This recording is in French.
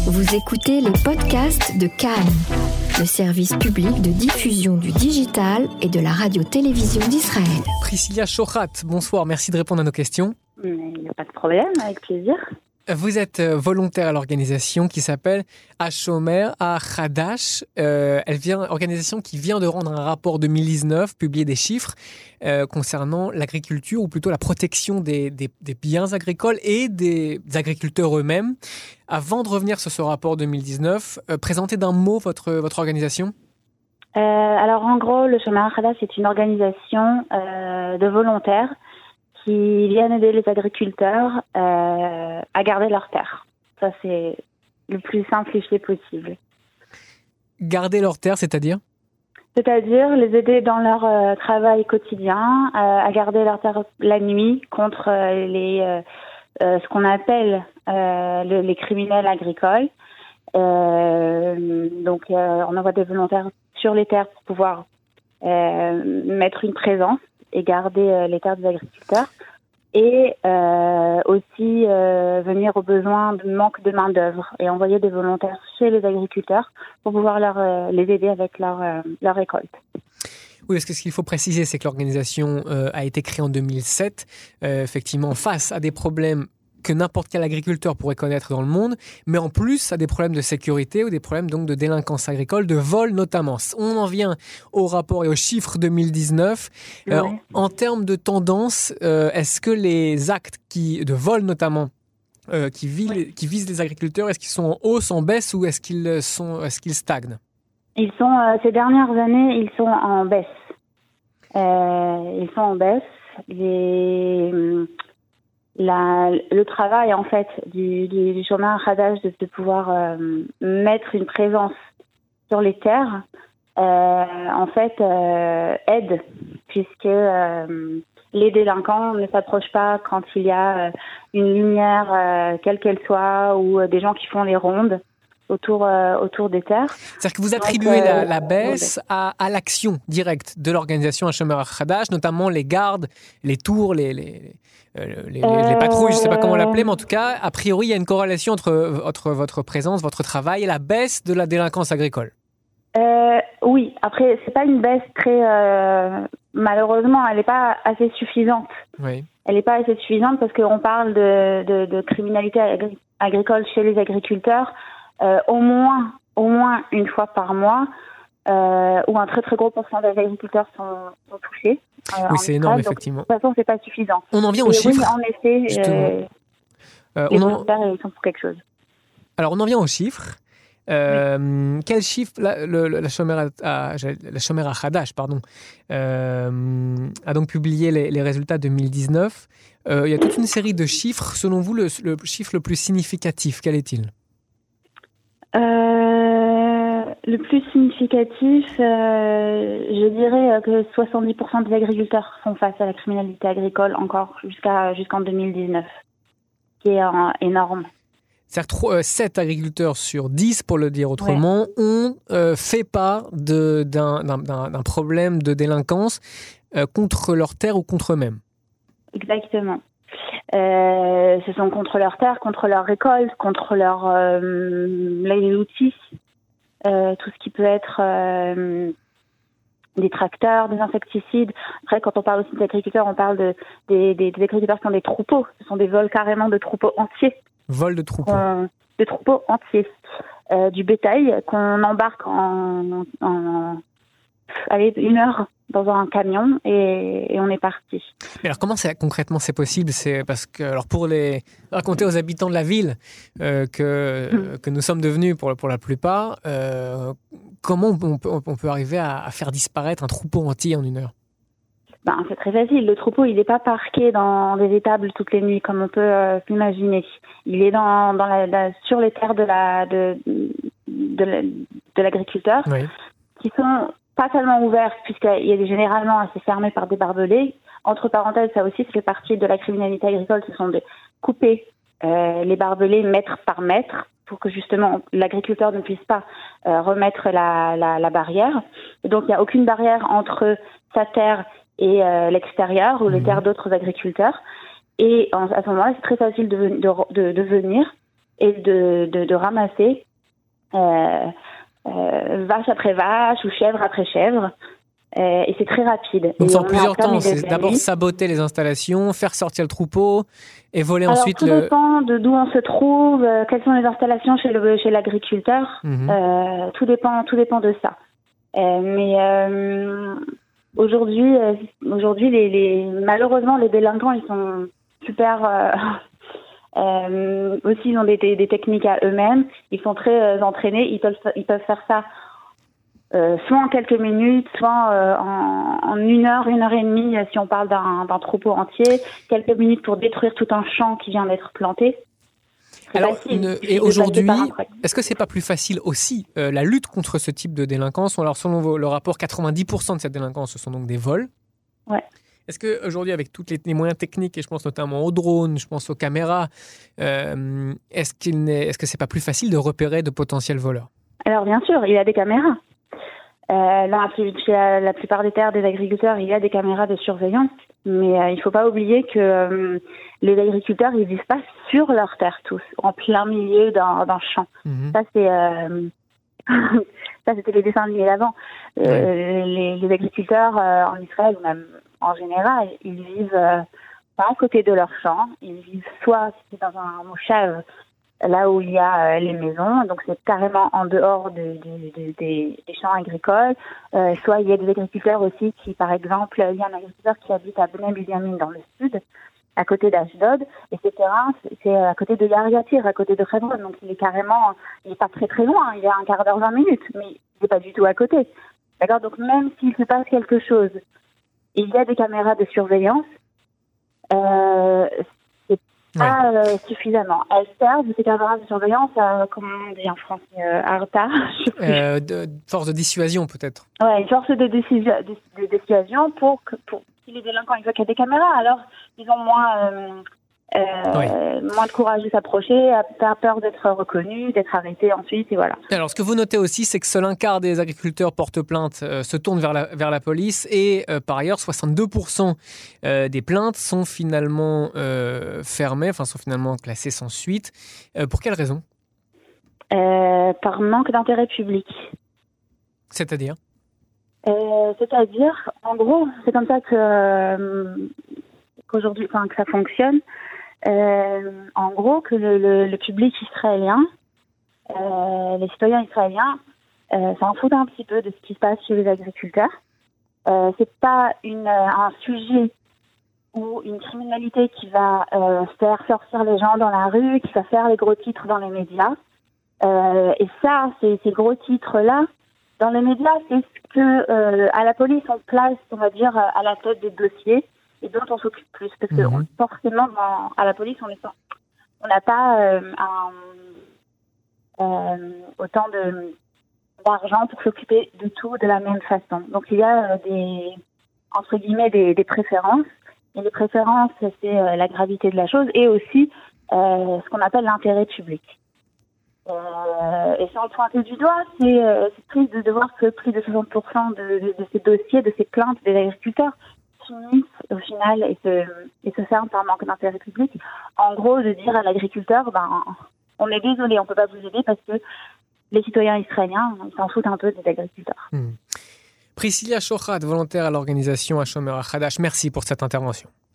Vous écoutez les podcasts de Cannes, le service public de diffusion du digital et de la radio-télévision d'Israël. Priscilla Shochat, bonsoir, merci de répondre à nos questions. Il n'y a pas de problème, avec plaisir. Vous êtes volontaire à l'organisation qui s'appelle Hashomer Hadash. Organisation qui vient de rendre un rapport 2019, publier des chiffres concernant l'agriculture, ou plutôt la protection des biens agricoles et des agriculteurs eux-mêmes. Avant de revenir sur ce rapport 2019, présentez d'un mot votre organisation. Alors en gros, le Hashomer Hadash est une organisation de volontaires qui viennent aider les agriculteurs à garder leurs terres. Ça, c'est le plus simplifié possible. Garder leurs terres, c'est-à-dire ? C'est-à-dire les aider dans leur travail quotidien, à garder leurs terres la nuit contre ce qu'on appelle les criminels agricoles. Donc, on envoie des volontaires sur les terres pour pouvoir mettre une présence et garder les terres des agriculteurs, et aussi venir aux besoins de manque de main-d'œuvre et envoyer des volontaires chez les agriculteurs pour pouvoir les aider avec leur récolte. Oui, parce que ce qu'il faut préciser, c'est que l'organisation a été créée en 2007, effectivement face à des problèmes que n'importe quel agriculteur pourrait connaître dans le monde, mais en plus à des problèmes de sécurité ou des problèmes donc de délinquance agricole, de vol notamment. On en vient au rapport et aux chiffres 2019. Ouais. En termes de tendance, est-ce que les actes de vol notamment qui visent les agriculteurs, est-ce qu'ils sont en hausse, en baisse, ou est-ce qu'ils stagnent ? Ils sont ces dernières années, ils sont en baisse. Ils sont en baisse. Le travail en fait du Hashomer Hadash de pouvoir mettre une présence sur les terres en fait aide, puisque les délinquants ne s'approchent pas quand il y a une lumière quelle qu'elle soit, ou des gens qui font les rondes autour des terres. C'est-à-dire que vous attribuez la baisse à l'action directe de l'organisation Hashomer Hadash, notamment les gardes, les tours, les patrouilles, je ne sais pas comment l'appeler, mais en tout cas, a priori, il y a une corrélation entre votre présence, votre travail et la baisse de la délinquance agricole. Oui, après, c'est pas une baisse très... malheureusement, elle n'est pas assez suffisante. Oui. Elle n'est pas assez suffisante parce qu'on parle de criminalité agricole chez les agriculteurs au moins une fois par mois, où un très très gros pourcentage d'agriculteurs sont touchés. Oui, c'est énorme, effectivement. De toute façon, c'est pas suffisant. On en vient aux chiffres. Oui, en effet, les volontaires, ils sont pour quelque chose. Alors, on en vient aux chiffres. Quel chiffre la Hashomer Hadash, a donc publié les résultats 2019. Il y a toute une série de chiffres. Selon vous, le chiffre le plus significatif, quel est-il ? Le plus significatif, je dirais que 70% des agriculteurs font face à la criminalité agricole encore jusqu'en 2019, qui est énorme. C'est-à-dire 7 agriculteurs sur 10, pour le dire autrement, ont fait part d'un problème de délinquance contre leurs terres ou contre eux-mêmes. Exactement. Ce sont contre leurs terres, contre leurs récoltes, contre les outils, tout ce qui peut être des tracteurs, des insecticides. Après, quand on parle aussi d'agriculteurs, on parle des agriculteurs qui ont des troupeaux. Ce sont des vols carrément de troupeaux entiers. Vol de troupeaux. De troupeaux entiers. Du bétail qu'on embarque en 1 heure dans un camion et on est parti. Mais alors comment concrètement c'est possible ? C'est parce que, alors pour raconter aux habitants de la ville que nous sommes devenus pour la plupart, comment on peut arriver à faire disparaître un troupeau entier en 1 heure ? C'est très facile. Le troupeau, il n'est pas parqué dans des étables toutes les nuits comme on peut s'imaginer. Il est sur les terres de l'agriculteur, oui, qui sont pas seulement ouvertes, puisqu'il est généralement assez fermé par des barbelés. Entre parenthèses, ça aussi, ça fait partie de la criminalité agricole. Ce sont de couper les barbelés mètre par mètre pour que justement l'agriculteur ne puisse pas remettre la barrière. Et donc, il n'y a aucune barrière entre sa terre et l'extérieur ou les terres d'autres agriculteurs. Et à ce moment-là, c'est très facile de venir et de ramasser vache après vache ou chèvre après chèvre. Et c'est très rapide. Donc, en plusieurs temps, c'est d'abord saboter les installations, faire sortir le troupeau et voler ensuite tout dépend de d'où on se trouve, quelles sont les installations chez l'agriculteur. Tout dépend de ça. Mais aujourd'hui, malheureusement, les délinquants, ils sont super. Aussi, ils ont des techniques à eux-mêmes. Ils sont très entraînés. Ils peuvent faire ça. Soit en quelques minutes, soit en 1 heure, 1 heure et demie, si on parle d'un troupeau entier, quelques minutes pour détruire tout un champ qui vient d'être planté. Alors, et aujourd'hui, est-ce que c'est pas plus facile aussi la lutte contre ce type de délinquance? Alors, selon le rapport, 90% de cette délinquance, ce sont donc des vols. Ouais. Est-ce qu'aujourd'hui, avec tous les moyens techniques, et je pense notamment aux drones, je pense aux caméras, est-ce que c'est pas plus facile de repérer de potentiels voleurs? Alors, bien sûr, il y a des caméras. Chez la plupart des terres des agriculteurs, il y a des caméras de surveillance, mais il ne faut pas oublier que les agriculteurs, ils vivent pas sur leur terre tous, en plein milieu d'un champ. Ça, c'était les dessins animés d'avant. Les agriculteurs en Israël, ou même en général, ils vivent pas à côté de leur champ. Ils vivent soit dans un moshav, là où il y a les maisons, donc c'est carrément en dehors des champs agricoles. Soit il y a des agriculteurs aussi qui, par exemple, il y a un agriculteur qui habite à Bnei Binyamin dans le sud, à côté d'Ashdod, et ces terrains, c'est à côté de Yar Yatir, à côté de Hebron, donc il est pas très très loin, il est à 15 20 minutes, mais il n'est pas du tout à côté. D'accord, donc même s'il se passe quelque chose, il y a des caméras de surveillance, suffisamment. Elles servent, ces caméras de surveillance, comment on dit en français, ARTA, force de dissuasion peut-être. Ouais, une force de dissuasion pour si les délinquants ils voient qu'il y a des caméras, alors ils ont moins de courage de s'approcher, pas peur d'être reconnus, d'être arrêtés ensuite, et voilà. Alors, ce que vous notez aussi, c'est que seul 1/4 des agriculteurs portent plainte, se tournent vers la police, et par ailleurs, 62% des plaintes sont finalement fermées, enfin sont finalement classées sans suite. Pour quelle raison? Par manque d'intérêt public. C'est-à-dire, en gros, c'est comme ça qu'aujourd'hui, que ça fonctionne. En gros, que le public israélien, les citoyens israéliens, s'en foutent un petit peu de ce qui se passe chez les agriculteurs. C'est pas un sujet ou une criminalité qui va faire sortir les gens dans la rue, qui va faire les gros titres dans les médias. Et ça, ces gros titres-là, dans les médias, c'est ce que à la police on place, on va dire, à la tête des dossiers et dont on s'occupe plus. Parce que forcément, à la police, on n'a pas autant d'argent pour s'occuper de tout de la même façon. Donc il y a entre guillemets des préférences. Et les préférences, c'est la gravité de la chose et aussi ce qu'on appelle l'intérêt public. Et sans le pointer du doigt, c'est triste de voir que plus de 60% de ces dossiers, de ces plaintes des agriculteurs finissent au final et se ferment par manque d'intérêt public. En gros, de dire à l'agriculteur, on est désolé, on ne peut pas vous aider parce que les citoyens israéliens, ils s'en foutent un peu des agriculteurs. Priscilla Shochat, volontaire à l'organisation Hashomer Hadash, merci pour cette intervention.